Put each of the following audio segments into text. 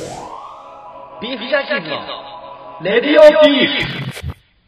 ビーフジャーキーズのレディオビーフ。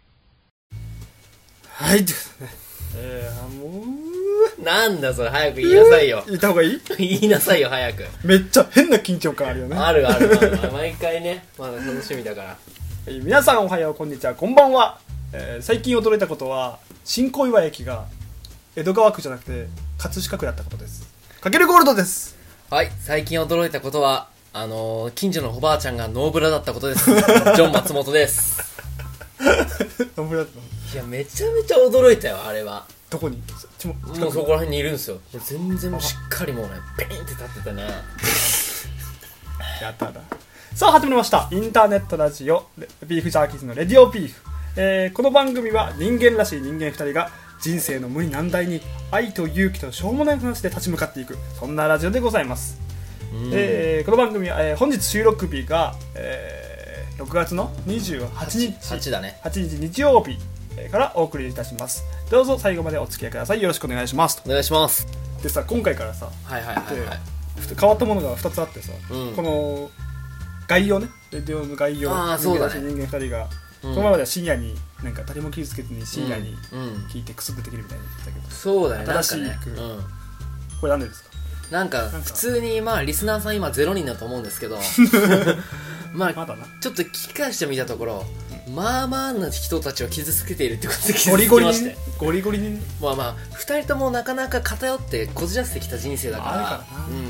はい、ということでもうなんだそれ、早く言いなさいよ。 言った方がいい？ 言いなさいよ早く。 めっちゃ変な緊張感あるよね。 ある、毎回ね、まだ楽しみだから。 皆さんおはよう、こんにちは、こんばんは。最近驚いたことは、新小岩駅が江戸川区じゃなくて葛飾区だったことです。かけるゴールドです。 はい、最近驚いたことは近所のおばあちゃんがノーブラだったことです。ジョン松本です。 ノーブラだったの？ いや、めちゃめちゃ驚いたよ、あれは。 どこに？ もうそこら辺にいるんですよ。全然しっかりもうね、ペーンって立ってたね。 やったな。さあ始まりました、インターネットラジオビーフジャーキーズのレディオビーフ。この番組は人間らしい人間2人が人生の無理難題に愛と勇気としょうもない話で立ち向かっていく、そんなラジオでございます。この番組は、本日収録日が、6月の28日 8だね。 8日日曜日からお送りいたします。どうぞ最後までお付き合いください。よろしくお願いします。 お願いします。 でさ、今回からさ、 はい、 変わったものが2つあってさ、 うん、 この概要ね、レディオの概要、 そうだね、 人間2人が、このままでは深夜になんか誰も傷つけずに深夜に聞いてクスッとできるみたいな言ってたけど、 そうだね、 新しいなんかね、 これなんでですか？ なんか普通にまあリスナーさん今0人だと思うんですけどまあちょっと聞き返してみたところ、まあまあな人たちを傷つけているってことで気づきまして、 ゴリゴリにまあ2人ともなかなか偏ってこじらせてきた人生だから、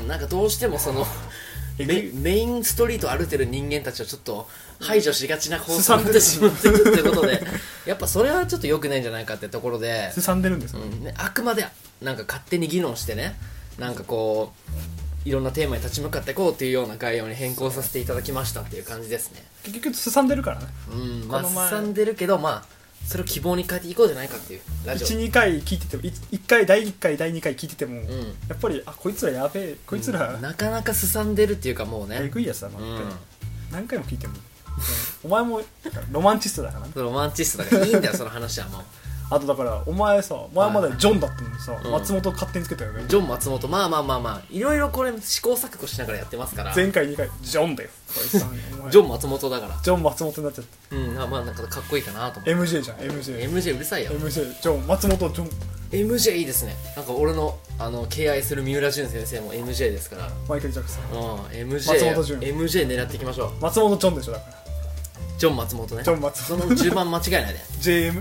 なんかどうしてもそのメインストリートを歩いてる人間たちをちょっと排除しがちな構想になってしまってるってことでやっぱそれはちょっと良くないんじゃないかってところですさんでるんですよ、 あくまでなんか勝手に議論してね、なんかこういろんなテーマに立ち向かっていこうっていうような概要に変更させていただきましたっていう感じですね。 結局すさんでるからね。 まあすさんでるけど、まあそれを希望に変えていこうじゃないかっていうラジオ 1,2 回聞いてても1回第1回第2回聞いてても、やっぱりこいつらやべえ、こいつら、 なかなかすさんでるっていうか、もうねえぐいやつだなって、何回も聞いてもお前もロマンチストだからね。 ロマンチストだからいいんだよその話はもうあとだからお前までジョンだったのにさ、松本勝手につけたよね。 ジョン松本、まあいろいろこれ試行錯誤しながらやってますから。 前回2回ジョンだよジョン松本だからジョン松本になっちゃって、 まあなんかかっこいいかなと思って。 MJ じゃん。MJ うるさいよ。 MJ ジョン松本ジョン MJ いいですね。なんか俺の敬愛する三浦淳先生も MJ ですから。 マイケル・ジャクソン、 MJ 松本潤 MJ 狙っていきましょう。 松本ジョンでしょ。だからジョン松本ね。 ジョン松本、その順番間違えないで。 JM、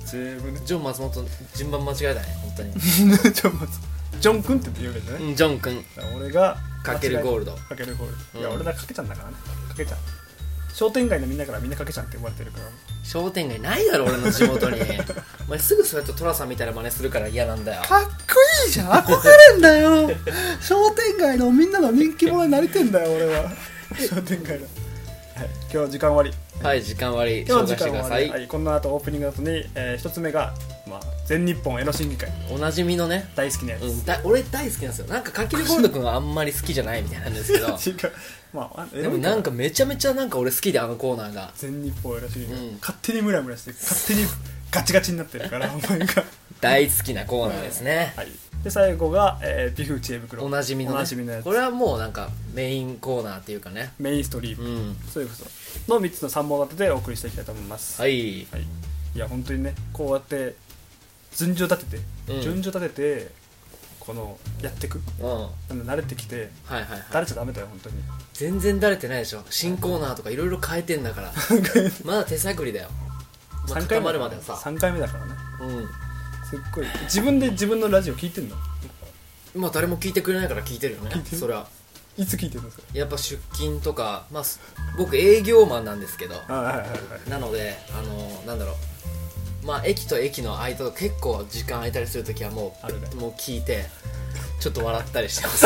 JM ね。ジョン松本順番間違えたね本当にジョン君って言うわけじゃない。 ジョン君。 俺がかけるゴールド。 いや俺だかけちゃんだからね。かけちゃん、商店街のみんなからみんなかけちゃんって呼ばれてるから。 商店街ないだろ俺の地元にお前すぐそうやってトラさんみたいな真似するから嫌なんだよ。 かっこいいじゃん、憧れんだよ商店街のみんなの人気者になりてんだよ俺は商店街の、今日時間割り、 時間割り紹介してください。 この後オープニングの後に、一つ目が、全日本エロ審議会、 おなじみのね、 大好きなやつ、 俺大好きなんですよ。なんかかけるゴールド君はあんまり好きじゃないみたいなんですけど違う、 でもなんかめちゃめちゃなんか俺好きで、あのコーナーが全日本エロ審議会、勝手にムラムラして勝手にガチガチになってるからお前が大好きなコーナーですね。 で最後が、ビフ知恵袋、 おなじみのね、 やつ。 これはもうなんかメインコーナーっていうかね、 メインストリーム、そういうことの3つの3本立てでお送りしていきたいと思います。いや本当にね、こうやって順序立ててこのやってく、慣れてきて、慣れちゃダメだよ本当に。 全然慣れてないでしょ。新コーナーとかいろいろ変えてんだからまだ手探りだよ。 3回目まではさ、 3回目だからね。すっごい自分で自分のラジオ聞いてんの？ まあ誰も聞いてくれないから聞いてるよね。それはいつ聞いてるんですか？ やっぱ出勤とか、僕営業マンなんですけど、なのでなんだろう、駅と駅の間と結構時間空いたりするときはもう聞いてちょっと笑ったりしてます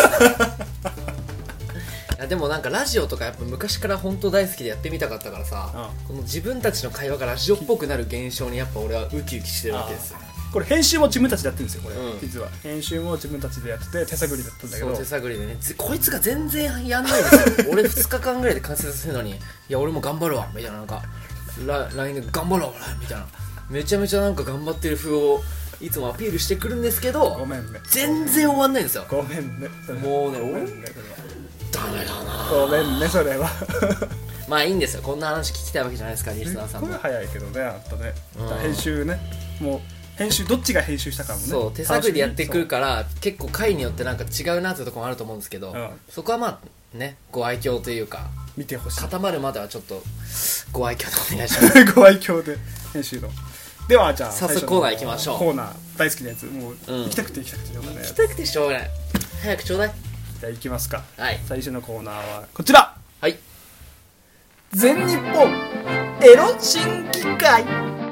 でもなんかラジオとかやっぱ昔から本当大好きでやってみたかったからさ、この自分たちの会話がラジオっぽくなる現象にやっぱ俺はウキウキしてるわけですよ。 これ編集も自分たちでやってるんですよ。これ、実は編集も自分たちでやってて手探りだったんだけど、 手探りでね、こいつが全然やんないんですよ俺2日間ぐらいで完成させるのに、いや俺も頑張るわみたいな、なんか LINE で頑張ろう俺みたいな、めちゃめちゃなんか頑張ってる風をいつもアピールしてくるんですけど、 ごめんね、 全然終わんないんですよ。 ごめんね、 もうね、 ダメだな。 ごめんねそれは。 まあいいんですよ、こんな話聞きたいわけじゃないですか、リスナーさんも。 すっごい早いけどね、あんたね、 うん編集ね、もう編集どっちが編集したかもね、 そう手探りでやってくるから結構回によってなんか違うなっていうところもあると思うんですけど、 うんそこはまあねご愛嬌というか見てほしい。 固まるまではちょっとご愛嬌でお願いしますご愛嬌で編集の。ではじゃあ早速コーナー行きましょう。 コーナー大好きなやつ、もう、 うん行きたくて行きたくてしょうがない。 行きたくてしょうがない。早くちょうだい。 じゃあ行きますか。 はい最初のコーナーはこちら。 はい。 全日本エロ審議会。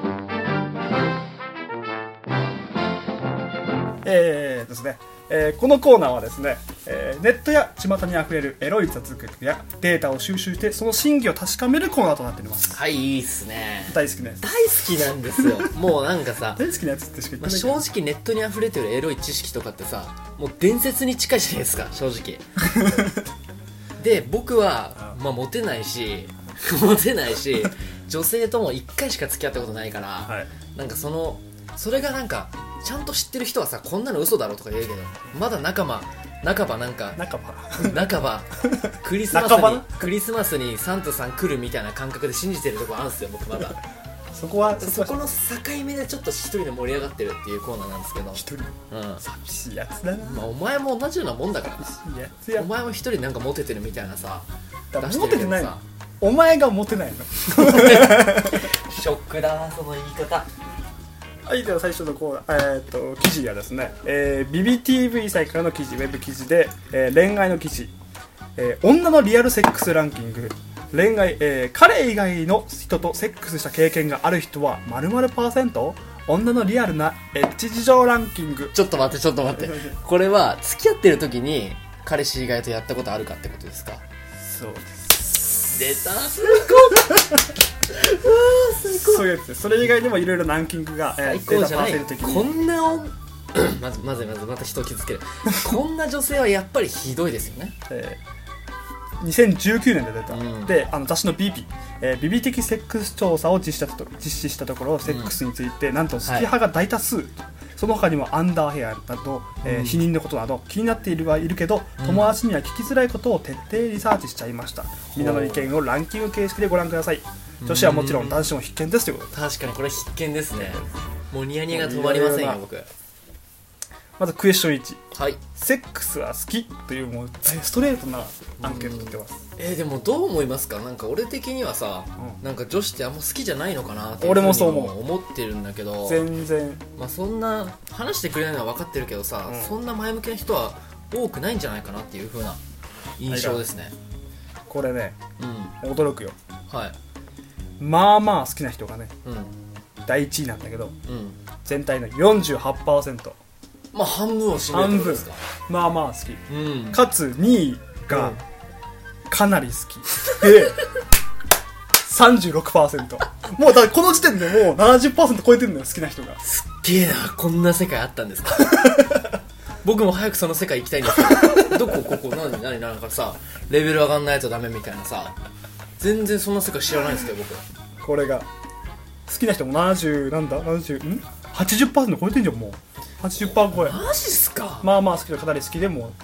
ですね、このコーナーはですね、ネットや巷にあふれるエロい雑学やデータを収集してその真偽を確かめるコーナーとなっております。 はい、いいっすね。 大好きなやつ。 大好きなんですよ。もうなんかさ、 大好きなやつってしか言ってないけ正ど、 直ネットに溢れてるエロい知識とかってさ、もう伝説に近いじゃないですか、正直。で、僕は、まあモテないし、女性とも1回しか付き合ったことないから、 はい、 なんかそれがなんかちゃんと知ってる人はさ、こんなの嘘だろとか言うけど、まだ半ばなんかクリスマスにサンタさん来るみたいな感覚で信じてるとこあるんですよ、僕まだ。 そこの境目でちょっと一人で盛り上がってるっていうコーナーなんですけど、 一人うん、 寂しいやつだな。 まあお前も同じようなもんだからな。 寂しいやつや。 お前も一人なんかモテてるみたいなさ、 だから出してモテてないのるけどさ。 お前がモテないの。 ショックだな、その言い方。 はい、では最初のコーナー、記事はですね、ビビ TV サイからの記事、ウェブ記事で、恋愛の記事、女のリアルセックスランキング、恋愛、彼以外の人とセックスした経験がある人は〇〇%、女のリアルなエッチ事情ランキング。 ちょっと待ってこれは付き合ってる時に彼氏以外とやったことあるかってことですか？ そうです。 出た、最そういうやつです。それ以外にもいろいろランキングが、 最高じゃない。 データパーセント的にこんなまずまた人を傷つける。こんな女性はやっぱりひどいですよね。 2019年で出た、 うん、 で雑誌のビビ、ビビ的セックス調査を実施したところ、セックスについてなんと好き派が大多数、はい、その他にもアンダーヘアなど、避妊のことなど気になっているはいるけど、友達には聞きづらいことを徹底リサーチしちゃいました。みんなの意見をランキング形式でご覧ください。女子はもちろん男子も必見ですということで、 確かにこれ必見ですね。もうニヤニヤが止まりませんよ、僕。 まずクエスチョン1、 はい、 セックスは好きというもうストレートなアンケート取ってます。 でもどう思いますか？なんか俺的にはさ、なんか女子ってあんま好きじゃないのかなって俺もそう思ってるんだけど、 全然、 まあ、そんな話してくれないのは分かってるけどさ、そんな前向きな人は多くないんじゃないかなっていう風な印象ですね。 これね、驚くよ。 はい。 まあまあ好きな人がね、第1位なんだけど、全体の 48%、 まあ半分を占めるってことですか？ まあまあ好き、かつ2位がかなり好きで36%。もうだこの時点でもう 70% 超えてるのよ、好きな人が。 すっげえな、こんな世界あったんですか？僕も早くその世界行きたいんですけど、ここ何なんかさ、レベル上がんないとダメみたいなさ、全然そんな世界知らないんですけど、僕。 これが好きな人も80% 超えてんじゃん。もう 80% 超え。 マジっすか？ まあまあ好きでかなり好きでも、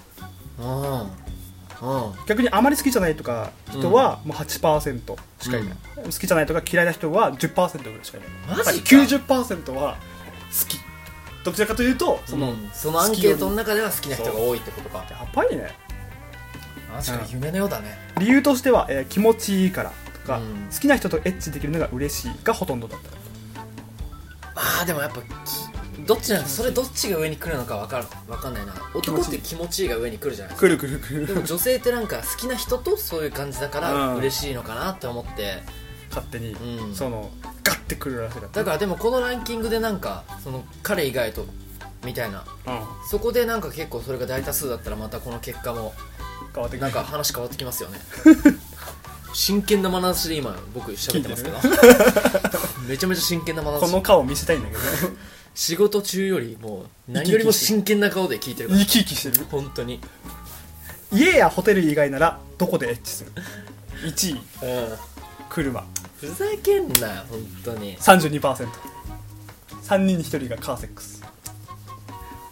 逆にあまり好きじゃないとか人はもう 8% しかいない、好きじゃないとか嫌いな人は 10% ぐらいしかいない。 マジか？ 90% は好き。どちらかというとそのアンケートの中では好きな人が多いってことか。 やっぱりね、 確かに夢のようだね。 理由としては、気持ちいいからとか、好きな人とエッチできるのが嬉しいがほとんどだった。 ああ、でもやっぱどっちなんですか？それどっちが上に来るのか分かんないな。男って気持ちいいが上に来るじゃないですか。 来る。 でも女性ってなんか好きな人とそういう感じだから嬉しいのかなって思って、 勝手に、そのガッてくるらしい。 だからでもこのランキングでなんかその彼以外とみたいな、そこでなんか結構それが大多数だったらまたこの結果もなんか話変わってきますよね。真剣な眼差しで今僕喋ってますけどめちゃめちゃ真剣な眼差し。 この顔見せたいんだけど仕事中よりも何よりも真剣な顔で聞いてるから。 生き生きしてる。 本当に。 家やホテル以外ならどこでエッチする？ 1 位、車。 ふざけんなよ本当に。 32%、3人に1人がカーセックス。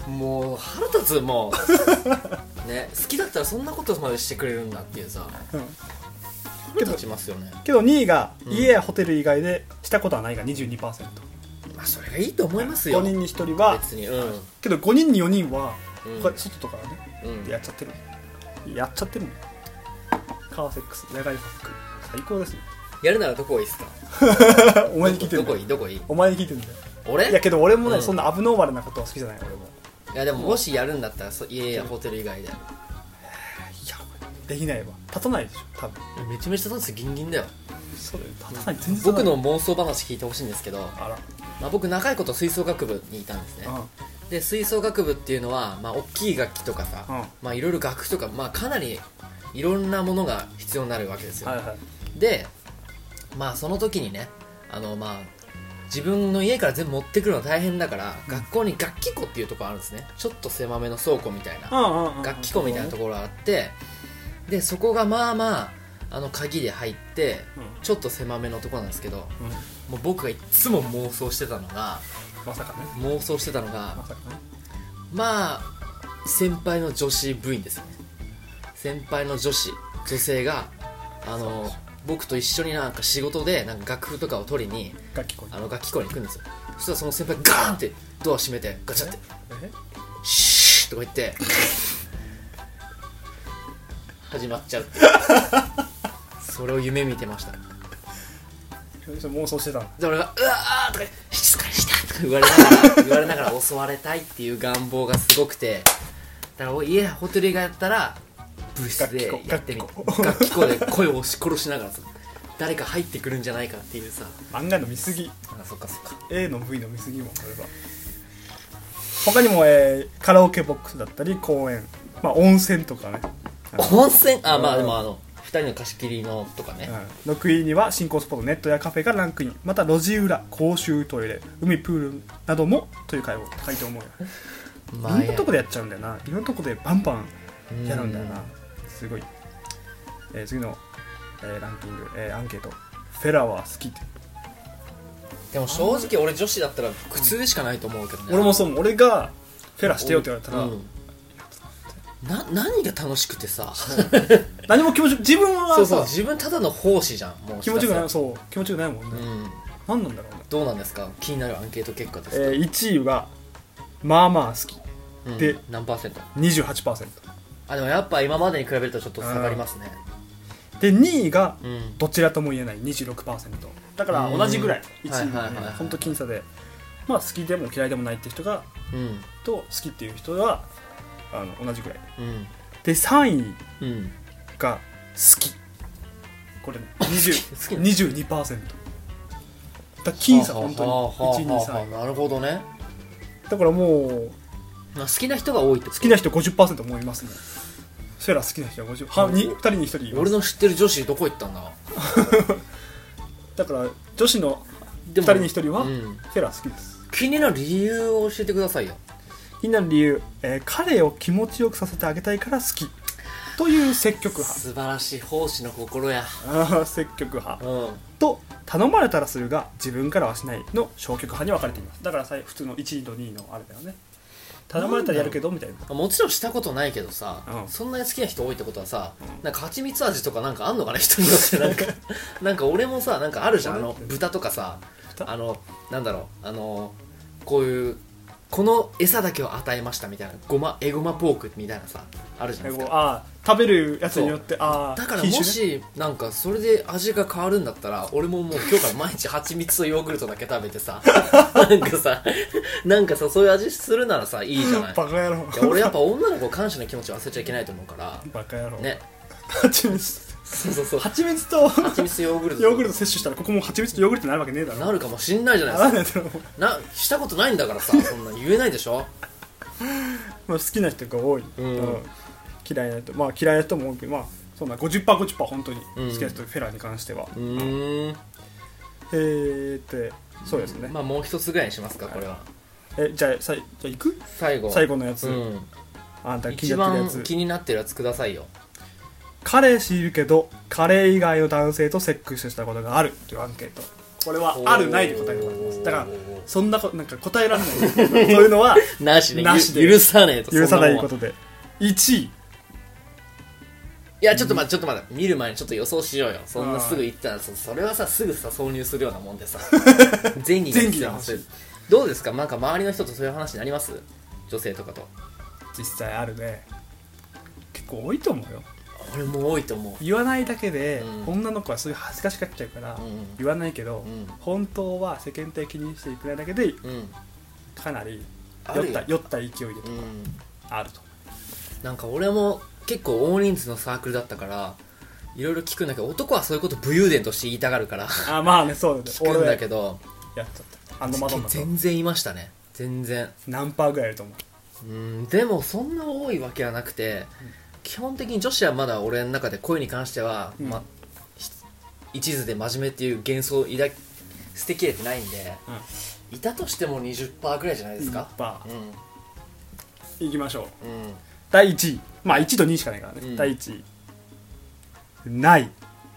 もう腹立つもうね、好きだったらそんなことまでしてくれるんだっていうさ、腹立ちますよね。 けど2位が家やホテル以外でしたことはないが 22%、 まあそれがいいと思いますよ。 5人に1人は別に、 けど5人に4人は、 うんこれ外とかね、やっちゃってるもん。カーセックス、野外ファック最高ですよ。 やるならどこがいいっすか？ お前に聞いてるんだよ。 どこいい？ お前に聞いてるんだよ。 俺？ いやけど俺もね、そんなアブノーマルなことは好きじゃない俺も。 いやでももしやるんだったら家やホテル以外で。 いやできないわ。立たないでしょ多分。 めちゃめちゃ立つギンギンだよ。 そうだよ、立たない。全然僕の妄想話聞いてほしいんですけど、 あら、 まあ、僕長いこと吹奏楽部にいたんですね。で吹奏楽部っていうのは、まあ、大きい楽器とかさ、まあ、いろいろ楽譜とか、まあ、かなりいろんなものが必要になるわけですよ、 はいはい、 でまあその時にねまあ自分の家から全部持ってくるの大変だから、学校に楽器庫っていうところあるんですね。ちょっと狭めの倉庫みたいな楽器庫みたいなところがあって、でそこがまあまあ鍵で入って、ちょっと狭めのところなんですけど、もう僕がいつも妄想してたのが、 まさかね、 妄想してたのが、まあ先輩の女子部員ですよね。先輩の女性が僕と一緒になんか仕事でなんか楽譜とかを取りに楽器庫に行くんですよ。そしたらその先輩ガーンってドア閉めてガチャってシーッとか言って始まっちゃうっていうそれを夢見てました。 妄想してたので俺がうわーとか静かにしたとか言われながら襲われたいっていう願望がすごくて、だから家ホテルがやったら部室でやってみて、楽器庫で声を押し殺しながらさ、誰か入ってくるんじゃないかっていうさ。 漫画の見過ぎ。 そっか A の V の見過ぎもこれは。他にも、カラオケボックスだったり公園、まあ、温泉とかね。 温泉まあでも2人の貸し切りのとかね、 6位には新興スポットネットやカフェがランクイン。また路地裏、公衆トイレ、海プールなどもという回を書いて思うよ。いろんなとこでやっちゃうんだよな。いろんなとこでバンバンやるんだよな。すごい。次の、ランキング、アンケート。フェラは好きって。 でも正直俺女子だったら苦痛でしかないと思うけどね。 俺もそう。俺がフェラしてよって言われたら、 何が楽しくてさ何も気持ち自分はそう自分ただの奉仕じゃん。もう気持ちがない。そう気持ちがないもんね。何なんだろうね。 どうなんですか、気になるアンケート結果ですか。 1位はまあまあ好き、で何パーセント？ 28%。 でもやっぱ今までに比べるとちょっと下がりますね。 で2位がどちらとも言えない 26%。 だから同じぐらい。1位がね本当僅差で、まあ好きでも嫌いでもないって人が、と好きっていう人は同じぐらい、で3位が好き、これ22%だ。僅差本当に1位2位3位。 なるほどね。 だからもう好きな人が多いってこと。 好きな人 50% 思いますね。フェラ好きな人は50、2人に1人います。 俺の知ってる女子どこ行ったんだだから女子の2人に1人はフェラ好きです。 気になる理由を教えてくださいよ。 気になる理由、彼を気持ちよくさせてあげたいから好きという積極派。 素晴らしい奉仕の心や。 積極派、と頼まれたらするが自分からはしないの消極派に分かれています。だから普通の1位と2位のあれだよね。頼まれたらやるけどみたいな。 もちろんしたことないけどさ、そんなに好きな人多いってことはさ、なんか蜂蜜味とかなんかあんのかな、人によってなんか俺もさ、なんかあるじゃん、豚とかさ、なんだろう、こういうこの餌だけを与えましたみたいなエゴマポークみたいなさ、あるじゃないですか。 食べるやつによって。だからもしなんかそれで味が変わるんだったら、俺ももう今日から毎日蜂蜜とヨーグルトだけ食べてさなんかさそういう味するならさいいじゃない。 バカ野郎。 いや俺やっぱ女の子感謝の気持ち忘れちゃいけないと思うから。 バカ野郎ね。 蜂蜜。そう蜂蜜とヨーグルト摂取したらここも蜂蜜とヨーグルトになるわけねえだろ。 なるかもしんないじゃないですか。したことないんだからさ、そんな言えないでしょ好きな人が多い、嫌いな人、嫌いな人も多いけど、そんな 50%、50% 本当に好きな人、フェラーに関しては。そうですね。 もう一つぐらいにしますか、これは。 じゃあ行く？最後のやつ、あんた一番気になってるやつくださいよ。 彼氏いるけど彼以外の男性とセックスしたことがあるというアンケート。これはあるないで答えてもらいます。だからそんなことなんか答えられないそういうのはなしでなしで許さねえと。 許さないそんもんことで1位。 いやちょっと待って見る前にちょっと予想しようよ。そんなすぐ言ったらそれはさすぐさ挿入するようなもんでさ前儀が前儀が欲しい。 どうですか、なんか周りの人とそういう話になります？女性とかと。 実際あるね。結構多いと思うよ。 俺も多いと思う。 言わないだけで、 うん女の子はそういう恥ずかしがっちゃうから、 うん言わないけど、 うん本当は世間的にしていくないだけでうんかなりあるよ酔った勢いでとかうんあると。 なんか俺も結構大人数のサークルだったからいろいろ聞くんだけど、男はそういうこと武勇伝として言いたがるからあ、まあね、そうだね。 聞くんだけど、 やっちゃった。あのマドンナと全然いましたね。全然。 何パーぐらいいると思う？ でもそんな多いわけはなくて、基本的に女子はまだ俺の中で恋に関しては、一途で真面目っていう幻想を捨てきれてないんで、いたとしても 20% ぐらいじゃないですか。 いきましょう。 うん第1位、まあ1と2しかないからね。第1位ない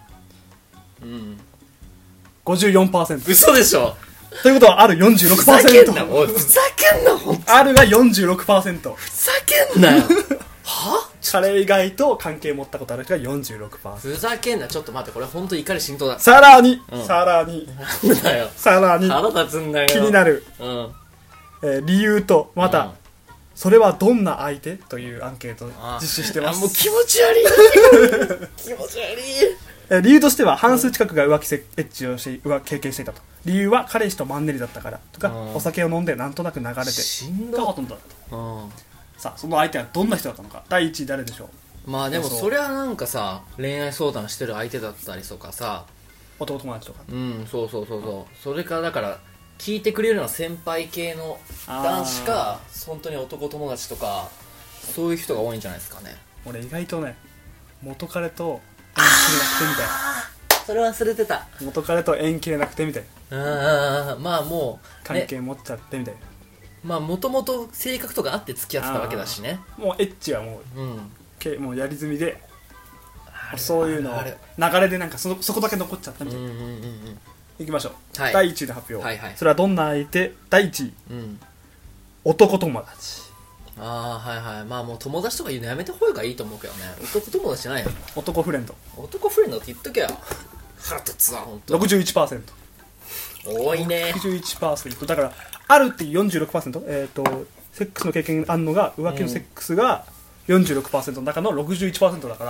54%。 嘘でしょ。 ということはある 46%。 ふざけんな、おいふざけんな、ほんとあるが 46%。 ふざけんなよは彼以外と関係持ったことある人が 46%。 ふざけんな。ちょっと待って、これ本当怒り浸透だ。 さらに、 うんさらに、 なんだよ、 さらに腹立つんだよ。 気になる、理由とまた、それはどんな相手というアンケートを実施してます。 もう気持ち悪い気持ち悪い。 理由としては半数近くが浮気エッチを経験していたと。理由は彼氏とマンネリだったからとか、お酒を飲んでなんとなく流れてしんどがほとんどだった。さあその相手はどんな人だったのか。第1位誰でしょう？ まあでもそれはなんかさ、恋愛相談してる相手だったりとかさ、 男友達とか。 そうそれからだから聞いてくれるのは先輩系の男子か本当に男友達とかそういう人が多いんじゃないですかね。 俺意外とね、元彼と縁切れなくてみたいな。 それ忘れてた。 元彼と縁切れなくてみたいな。 まあもう関係持っちゃってみたいな。 まあもともと性格とかあって付き合ってたわけだしね。 もうエッチはもう、もうやり済みで、そういうのあれ流れでなんかそこだけ残っちゃったみたいな。いきましょう、第1位の発表、それはどんな相手？第1位、男友達。 まあもう友達とか言うのやめた方がいいと思うけどね。男友達じゃないよ。 男フレンド。 男フレンドって言っとけよ。腹立つわほんと。 61%。 多いね。 61%。だからあるっていう 46%、セックスの経験あんのが浮気のセックスが 46% の中の 61% だから、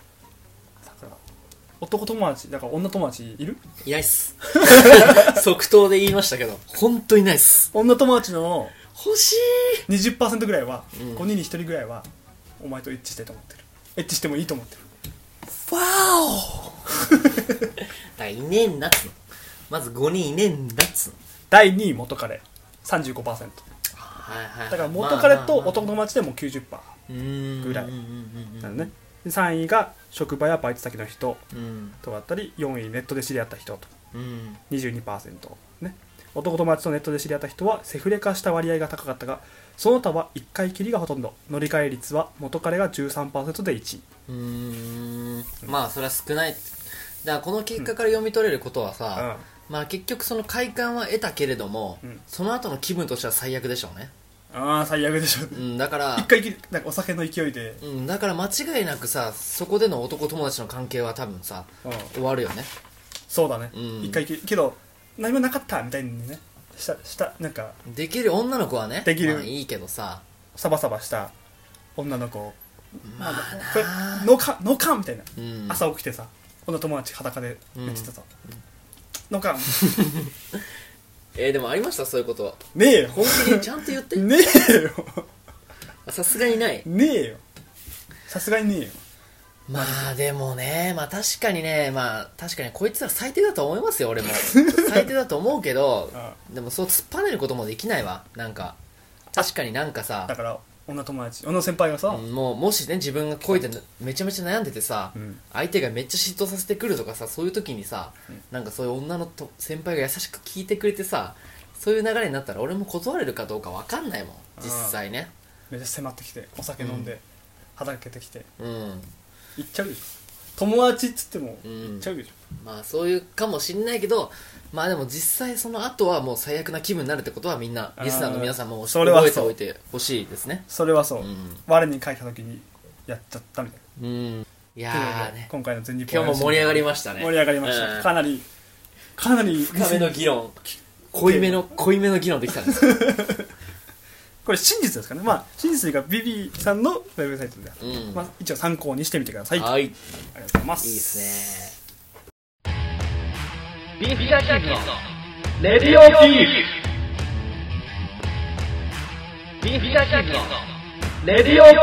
男友達だから女友達いる？ いないっす即答で言いましたけど本当にいないっす。 女友達の欲しい 20% ぐらいは、5人に1人ぐらいはお前とエッチしたいと思ってる。エッチしてもいいと思ってる。 わおだからいねえんだっつの。まず5人いねえんだっつの。 第2位元彼 35%。だから元彼と男友達でも 90% ぐらいなんね。で3位が職場やバイト先の人とだったり、4位ネットで知り合った人と 22% ね。男友達とネットで知り合った人はセフレ化した割合が高かったが、その他は1回きりがほとんど。乗り換え率は元彼が 13% で1位。 まあそれは少ない。だからこの結果から読み取れることはさ、まあ結局その快感は得たけれども、その後の気分としては最悪でしょうね。 最悪でしょ。 だから 1回きりなんかお酒の勢いで、 だから間違いなくさ、そこでの男友達の関係は多分さ、終わるよね。 そうだね。1回きりけど何もなかったみたいにね、したなんかできる女の子はね、 できる、 まあいいけどさ、 サバサバした女の子、これノーカンみたいな、朝起きてさ、この友達裸で言ってたさ、ノーカンでもありました？そういうことねえよ。 本気でちゃんと言ってねえよ。 さすがにない。 ねえよ、さすがにねえよ。 まあでもね、まあ確かにね、まあ確かにこいつら最低だと思いますよ。俺も最低だと思うけどでもそう突っぱねることもできないわ。なんか確かになんかさ、 だから女友達、女先輩がさ、 もしね自分が恋でめちゃめちゃ悩んでてさ、相手がめっちゃ嫉妬させてくるとかさ、そういう時にさ、なんかそういう女の先輩が優しく聞いてくれてさ、そういう流れになったら俺も断れるかどうか分かんないもん実際ね。めっちゃ迫ってきてお酒飲んで、はだけてきて、行っちゃうでしょ。 友達っつってもうん言っちゃうでしょ、 まあそういうかもしんないけど、まあでも実際その後はもう最悪な気分になるってことはみんなリスナーの皆さんもそれは覚えておいてほしいですね。 それはそう、 うん我に返した時にやっちゃったみたいな。 うんいやということーねで今回の全日本今日も盛り上がりましたね。 盛り上がりました、 うんかなり深めの議論濃いめの議論できたんですこれ真実ですかね。まあ真実というかビビさんのウェブサイトで、 うんまあ、一応参考にしてみてください。 はいありがとうございます。 いいですね。 ビーフジャーキーズのレディオビーフビーフジャーキーズのレディオビーフ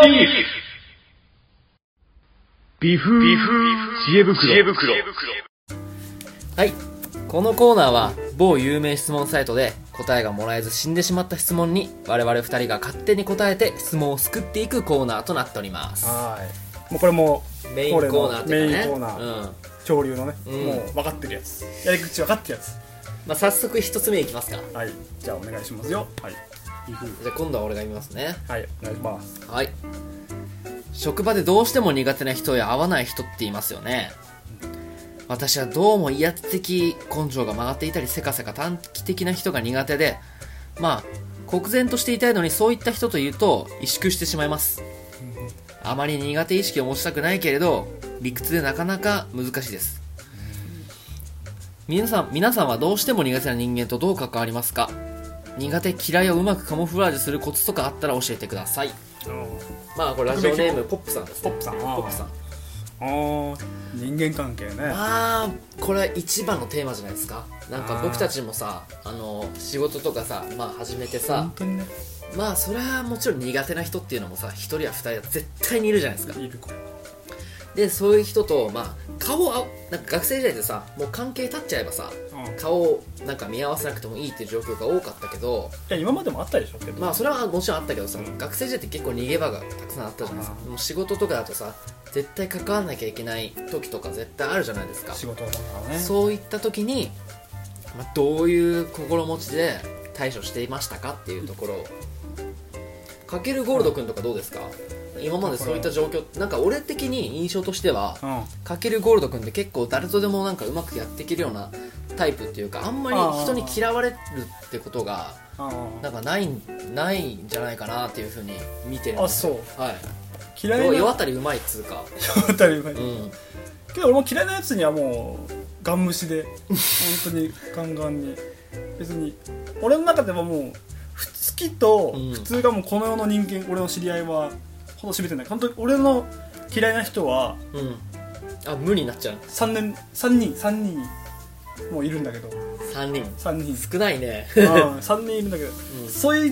ビーフ知恵袋はい、このコーナーは某有名質問サイトで答えがもらえず死んでしまった質問に我々2人が勝手に答えて質問を救っていくコーナーとなっております。 はいもうこれもメインコーナーっていうかね、 メインコーナー、潮流のね、 うんもう分かってるやつ、やり口分かってるやつ。 まあ、早速1つ目いきますか。 はいじゃあお願いしますよ。はいビーフじゃあ今度は俺が読みますね。 はいお願いします。 はい。職場でどうしても苦手な人や合わない人っていますよね。私はどうも威圧的根性が曲がっていたりせかせか短気的な人が苦手で、まあ酷然としていたいのにそういった人というと萎縮してしまいます。あまり苦手意識を持ちたくないけれど理屈でなかなか難しいです。皆さんはどうしても苦手な人間とどう関わりますか？苦手嫌いをうまくカモフラージュするコツとかあったら教えてください。まあこれラジオネームポップさんですね。 ポップさんポップさん。 人間関係ね。 まあこれ一番のテーマじゃないですか。なんか僕たちもさ仕事とかさ、まあ始めてさ本、当にねまあそれはもちろん苦手な人っていうのもさ一人や二人は絶対にいるじゃないですか。 いる子でそういう人とまあなんか学生時代でさもう関係立っちゃえばさい顔をなんか見合わせなくてもいいっていう状況が多かったけど、 や今までもあったでしょけど、 まあそれはもちろんあったけどさ、 うん学生時代って結構逃げ場がたくさんあったじゃないですか。もう仕事とかだとさ絶対関わらなきゃいけない時とか絶対あるじゃないですか。 仕事だからね。 そういった時に、まあ、どういう心持ちで対処していましたかっていうところをかけるゴールド君とかどうですか？今までそういった状況なんか俺的に印象としてはかけるゴールド君って結構誰とでもなんかうまくやっていけるようなタイプっていうかあんまり人に嫌われるってことがなんかないんじゃないかなっていうふうに見てるんですよ。 あそうはい嫌いな世渡りうまいっつうか当たり前に、 うんけど俺も嫌いなやつにはもうガン無視で本当にガンガンに別に俺の中ではもう好きと普通がもうこの世の人間、俺の知り合いはほど知れてない。本当に俺の嫌いな人はあ無になっちゃう 3人もういるんだけど 3人 3人少ないね 3人いるんだけど、その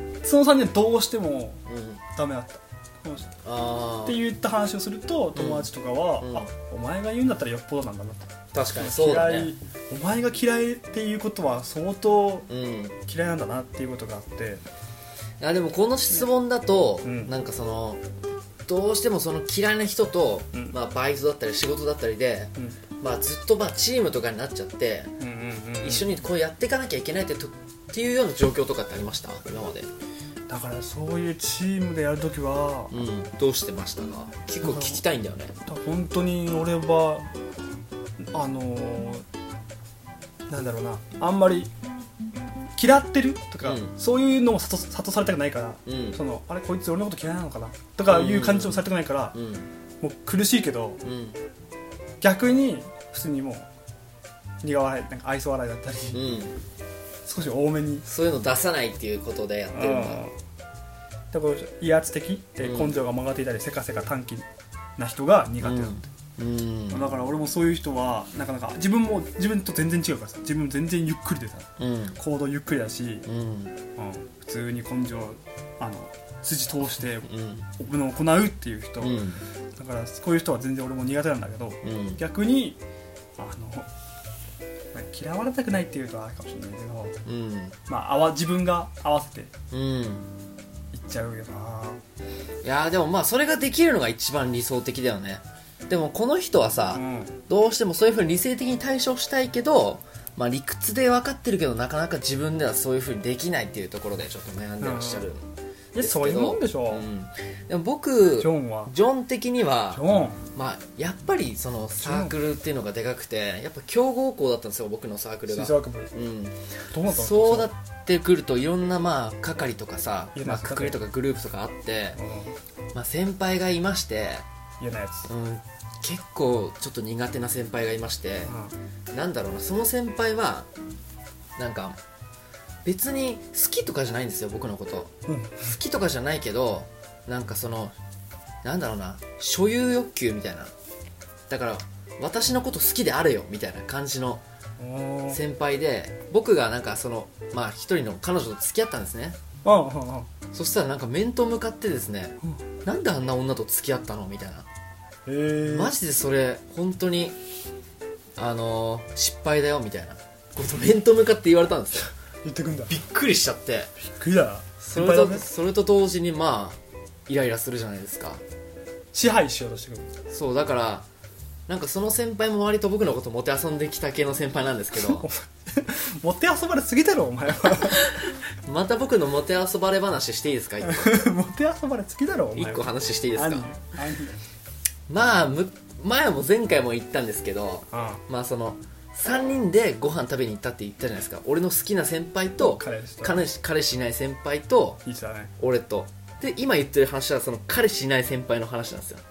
3人はどうしてもダメだったって言った話をすると友達とかは、お前が言うんだったらよっぽどなんだなと。 確かにそうだね。 お前が嫌いっていうことは相当嫌いなんだなっていうことがあって、 いやでもこの質問だと、 うんなんかそのどうしてもその嫌いな人と、 うんまあ、バイトだったり仕事だったりで、まあ、ずっとまあチームとかになっちゃって、一緒にこうやっていかなきゃいけないっていうような状況とかってありました今まで？ だからそういうチームでやるときは、 どうしてましたか？結構聞きたいんだよね。 本当に俺はなんだろうな、あんまり嫌ってるとか、そういうのも諭されたくないから、そのあれこいつ俺のこと嫌いなのかなとかいう感じもされたくないから、もう苦しいけど、逆に普通にもう苦笑いなんか愛想笑いだったり、少し多めにそういうの出さないっていうことでやってるんだ。 だから威圧的で根性が曲がっていたり、せかせか短気な人が苦手だって、だから俺もそういう人はなかなか自分と全然違うからさ、自分も全然ゆっくりでさ、行動ゆっくりだし、普通に根性筋通して行うっていう人、だからこういう人は全然俺も苦手なんだけど、逆に嫌われたくないっていうとあれかもしれないけど、まあ自分が合わせていっちゃうよな。 いやでもまあそれができるのが一番理想的だよね。でもこの人はさ、どうしてもそういう風に理性的に対処したいけど、まあ、理屈で分かってるけどなかなか自分ではそういう風にできないっていうところでちょっと悩んでらっしゃるですけど、 そういうもんでしょ、 でも僕ジョンはジョン的にはジョンまあ、やっぱりそのサークルっていうのがでかくて、やっぱ強豪校だったんですよ、僕のサークルが。 吹奏楽部、 うん、 どうなったの？ そうなってくるといろんなまあ係とかさ、 いやまあ、くくりとかグループとかあって、 うん、 まあ、先輩がいまして、 嫌なやつ、 結構ちょっと苦手な先輩がいまして、なんだろうな、その先輩はなんか別に好きとかじゃないんですよ、僕のこと、好きとかじゃないけど、なんかそのなんだろうな、所有欲求みたいな、だから私のこと好きであれよみたいな感じの先輩で、僕がなんかそのまあ一人の彼女と付き合ったんですね。そしたらなんか面と向かってですね、なんであんな女と付き合ったのみたいな、マジでそれ本当に失敗だよみたいなこと面と向かって言われたんですよ。 言ってくんだ。 びっくりしちゃって、 びっくりだ。 それと同時にまあイライラするじゃないですか。 支配しようとしてくる。 そうだからなんかその先輩も割と僕のこともてあそんできた系の先輩なんですけどもてあそばれすぎだろお前はまた僕のもてあそばれ話していいですか？ もてあそばれすぎだろお前は。 1個話していいですか？ 兄まあ前も前回も言ったんですけど、まあその3人でご飯食べに行ったって言ったじゃないですか。俺の好きな先輩と彼氏いない先輩と俺とで、今言ってる話はその彼氏いない先輩の話なんですよ。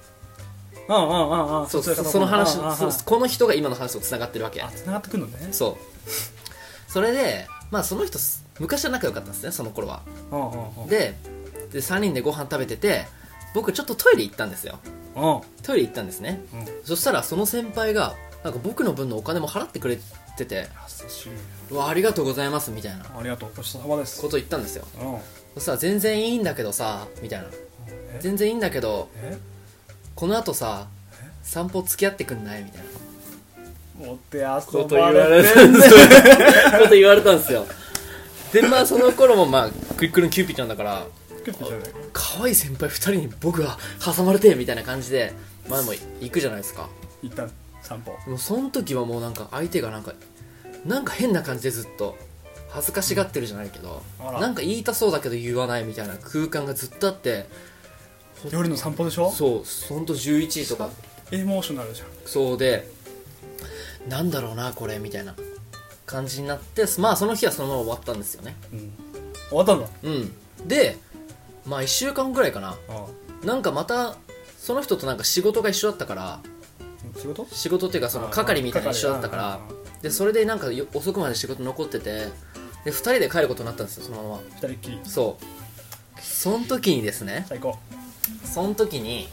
その話、この人が今の話とつながってるわけ。 つながってくるのね。 そうそれでまあその人昔は仲良かったんですね、その頃は。で3人でご飯食べてて、僕ちょっとトイレ行ったんですよ。トイレ行ったんですね、そしたらその先輩がなんか僕の分のお金も払ってくれてて、うわありがとうございますみたいな、 ありがとうごちそうさまですこと言ったんですよ。そしたら全然いいんだけどさみたいな、全然いいんだけどこの後さ散歩付き合ってくんないみたいなもてあそことばれ言われたんですよ。でまあその頃もまあクイックルンキューピーちゃんだから可愛い先輩2人に僕が挟まれてみたいな感じで、まあでも行くじゃないですか。 行った散歩。 もうその時はもうなんか相手がなんか変な感じでずっと恥ずかしがってるじゃないけど、なんか言いたそうだけど言わないみたいな空間がずっとあって、 夜の散歩でしょ。 そうほんと11時とかエモーショナルじゃん。 そうでなんだろうなこれみたいな感じになって、まあその日はそのまま終わったんですよね。 終わったんだ。 でまあ1週間ぐらいかな、なんかまたその人となんか仕事が一緒だったから、仕事っていうかその係みたいな一緒だったから、でそれでなんか遅くまで仕事残ってて、で2人で帰ることになったんですよ、そのまま 2人っきり。 その時にですね、 最高。 その時に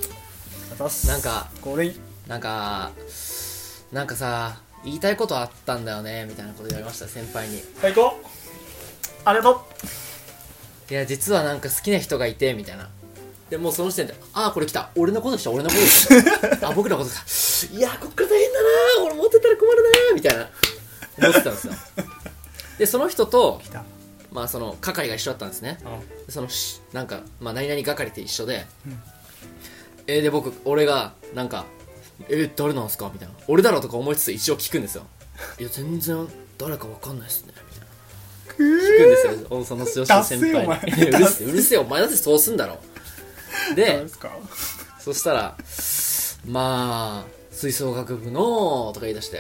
なんかさ言いたいことあったんだよねみたいなこと言われました、先輩に。 最高、ありがとう。 いや実はなんか好きな人がいてみたいな。でもうその時点でこれ来た、俺のことでした僕のことだ、いやこっから大変だな、俺持ってたら困るなみたいな思ってたんですよ。でその人とまあその係が一緒だったんですね。そのなんかまあ何々係って一緒で、で俺がなんか誰なんすかみたいな、俺だろとか思いつつ一応聞くんですよ。いや全然誰か分かんないっすねみたいな聞くんですよ、その女子先輩に。うるせえお前だってそうすんだろ。でそしたらまあ吹奏楽部のとか言い出して、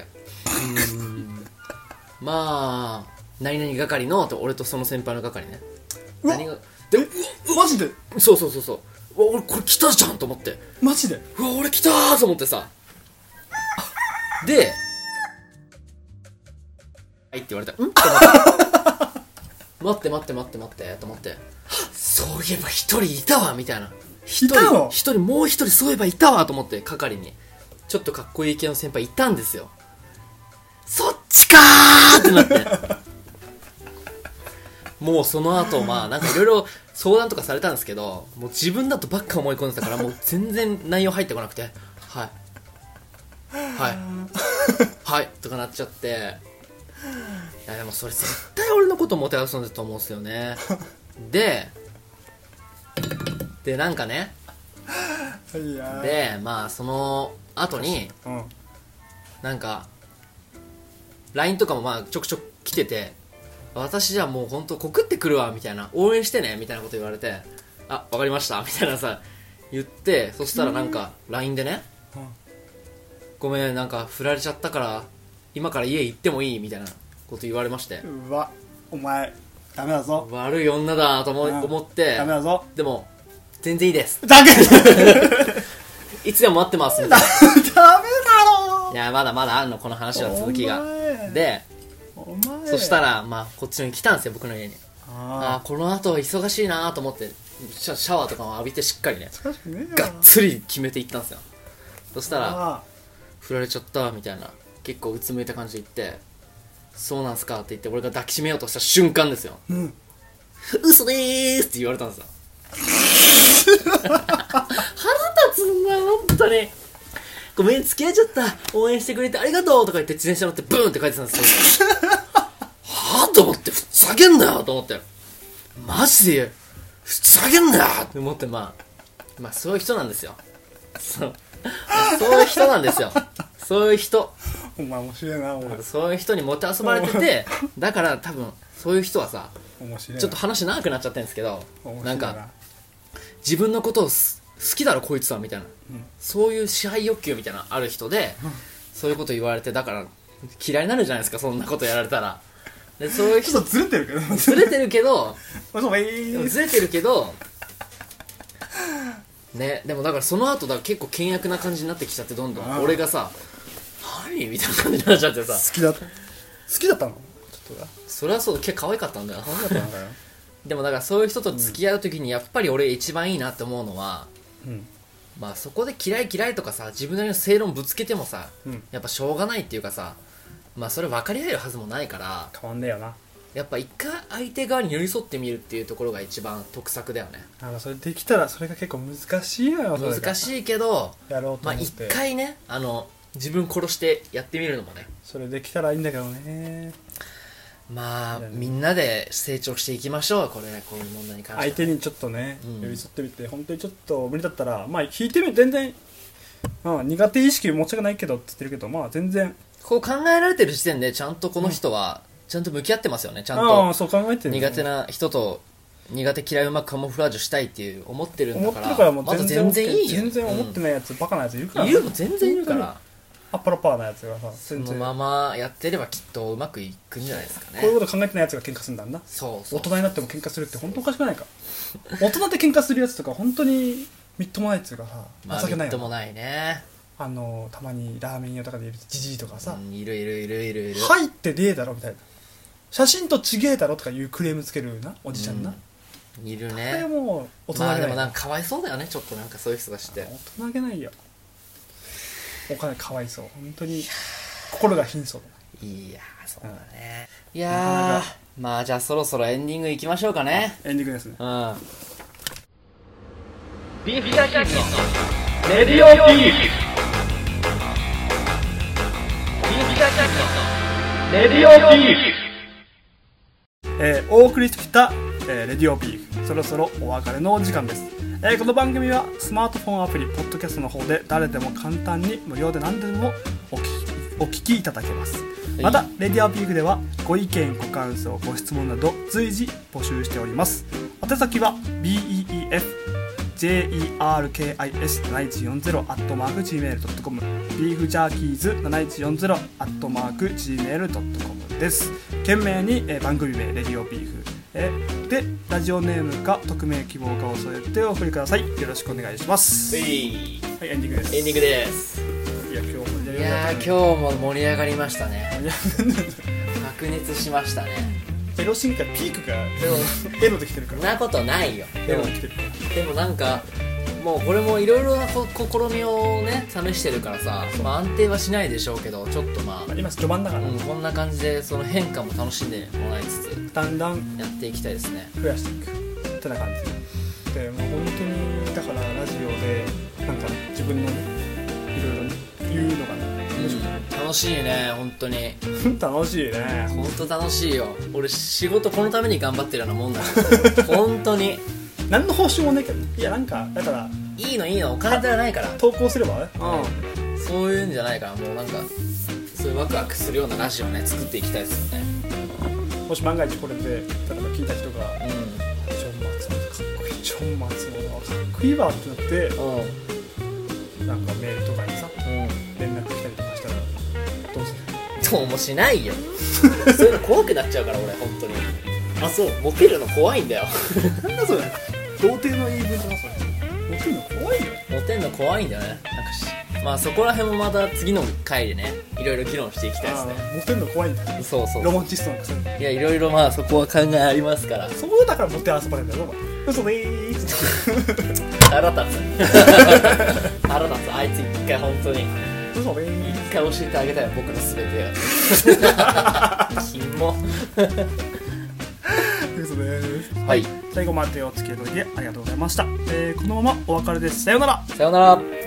まあ何々係のと、俺とその先輩の係ね。何がでマジで。 そう俺これ来たじゃんと思って、 マジで俺来たーと思ってさ、ではいって言われた。待ってと思って、そういえば一人いたわみたいな、もう一人そういえばいたわと思って、係にちょっとかっこいい系の先輩いたんですよ。そっちかーってなってもうその後まあなんかいろいろ相談とかされたんですけど、もう自分だとばっか思い込んでたから、もう全然内容入ってこなくてはいとかなっちゃって、いやでもそれ絶対俺のこともてあそんでたと思うんですよね。でなんかね、でまあその後になんか LINE とかもまあちょくちょく来てて、私じゃあもうほんと告ってくるわみたいな、応援してねみたいなこと言われて、 あ、わかりましたみたいなさ言って、そしたらなんか LINE でね、ごめんなんか振られちゃったから今から家行ってもいいみたいなこと言われまして、 うわお前ダメだぞ、 悪い女だと思ってダメだぞ、 でも全然いいですだけいつでも待ってますみたいなダメだろ、 いやまだまだあんのこの話は続きがで、 お前そしたらまあこっちに来たんですよ、僕の家に。 あこの後忙しいなと思ってシャワーとかも浴びてしっかりね難しくねえよがっつり決めていったんですよ。そしたらあ振られちゃったみたいな結構うつむいた感じで言って、そうなんすかって言って俺が抱きしめようとした瞬間ですよ、嘘でーすって言われたんですよ腹立つんだよ本当に。ごめん付き合っちゃった、応援してくれてありがとうとか言って自転車乗ってブーンって帰ってたんですよはぁと思って、ふざけんなよと思って、マジでふざけんなよって思って、まあそういう人なんですよ。そういう人なんですよ。そういう人、 お前面白いな、お前そういう人にもてあそばれてて、だから多分そういう人はさ、 面白いな、 ちょっと話長くなっちゃってるんですけど、 面白いなんか自分のことを好きだろこいつはみたいな、そういう支配欲求みたいなのある人で、そういうこと言われて、だから嫌いになるじゃないですか、そんなことやられたら。でそういう人ちょっとずれてるけどずれてるけどでもずれてるけどね、でもだからその後だから結構険悪な感じになってきちゃって、どんどん俺がさ何みたいな感じになっちゃってさ、 好きだったのちょっとそれはそう結構可愛かったんだよ可愛かったのかよでもだからそういう人と付き合う時にやっぱり俺一番いいなって思うのは、まあそこで嫌いとかさ自分なりの正論ぶつけてもさ、やっぱしょうがないっていうかさ、まあそれ分かり合えるはずもないから、 変わんねえよな、 やっぱ一回相手側に寄り添ってみるっていうところが一番得策だよね。 それできたらそれが結構難しいのよ、 難しいけど、 やろうとまあ一思って、 回ね自分殺してやってみるのもね、 それできたらいいんだけどね。 まあみんなで成長していきましょう。こういう問題に関しては相手にちょっとね、 うん寄り添ってみて、本当にちょっと無理だったらまあ引いてみる、全然、苦手意識持ちたくないけどって言ってるけど、まあ全然こう考えられてる時点でちゃんとこの人はちゃんと向き合ってますよね。ちゃんとそう考えてる、 苦手な人と苦手嫌いうまくカモフラージュしたいっていう思ってるんだから、 思ってるから、もうまだ全然全然いいよ。 全然思ってないやつ、バカなやついるから、 いるも全然いるからアッパラパーなやつがさ、 そ全然のままやってればきっとうまくいくんじゃないですかね。 こういうこと考えてないやつが喧嘩するんだな。 そう大人になっても喧嘩するって本当おかしくないか。大人で喧嘩するやつとか本当にみっともないやつがさ、 まあ情けないよみっともないね。 たまにラーメン屋とかでいるジジイとかさ、 いる入ってねえだろみたいな、写真とちげえだろとかいうクレームつけるなおじちゃんな、 いるこれね。 もう大人まあげない、 でもなんかかわいそうだよね、ちょっとなんかそういう人がして。 大人げないよ。お金かわいそう、本当に心が貧相だ。 いやーそうだね。いやーまあじゃあそろそろエンディングいきましょうかね。 エンディングですね。 ビーフジャーキーのレディオビーフ。ビーフジャーキーのレディオビーフ。 お送りしてきた、レディオビーフ、そろそろお別れのお時間です。この番組はスマートフォンアプリポッドキャストの方で誰でも簡単に無料で何でもお聞きいただけます。またレディオビーフではご意見ご感想ご質問など随時募集しております。宛先は beefjerkis7140@gmail.com beefjerkies7140@gmail.com です。懸命に、番組名レディオビーフでラジオネームか匿名希望かを添えてお送りください。よろしくお願いします。はい、エンディングです。 エンディングです。 いや今今日も盛り上がりましたね。白熱しましたね。 エロ進化ピークがエロできてるから。 そんなことないよ。 エロできてるから。 でもなんかもうこれもいろいろな試みをね試してるからさ、まあ、安定はしないでしょうけど、ちょっとまあ今序盤だから、 こんな感じでその変化も楽しんでもらいつつだんだんやっていきたいですね。 増やしていくってな感じで、もう本当にだからラジオでなんか自分のねいろいろね言うのがね楽しいね。本当に楽しいね。 本当楽しいよ。俺仕事このために頑張ってるようなもんだから本当に何の報酬もねえけど、いやなんかだからいいのお金じゃないから投稿すればね、 そういうんじゃないから、もうなんかそういうワクワクするようなラジオね作っていきたいですよね。 もし万が一これで例えば聞いた人が、ジョン・マツかっこいいでしょ端末もかっこいいわってなって、 うなんかメールとかにさん連絡来たりとかしたらどうする？ どうもしないよそういうの怖くなっちゃうから俺本当に。 あ、そう。 モテるの怖いんだよなんだそれ。童貞の言い分だなそれ。モテるの怖いよ。 モテるの怖いんだよね。なんかまあそこら辺もまた次の回でねいろいろ議論していきたいですね。 モテるの怖いんだよ。 そうそう。 ロマンチストのくせに。 いやいろいろまあそこは考えありますから。 そうだからモテ遊ばれるんだよお前。嘘でーす腹立つ腹立つ。あいつ一回本当に嘘でー一す。 回教えてあげたよ僕の全てをキモ嘘でーす。 はい、 最後までお付き合いいただきありがとうございました。このままお別れです。さようなら。 さようなら。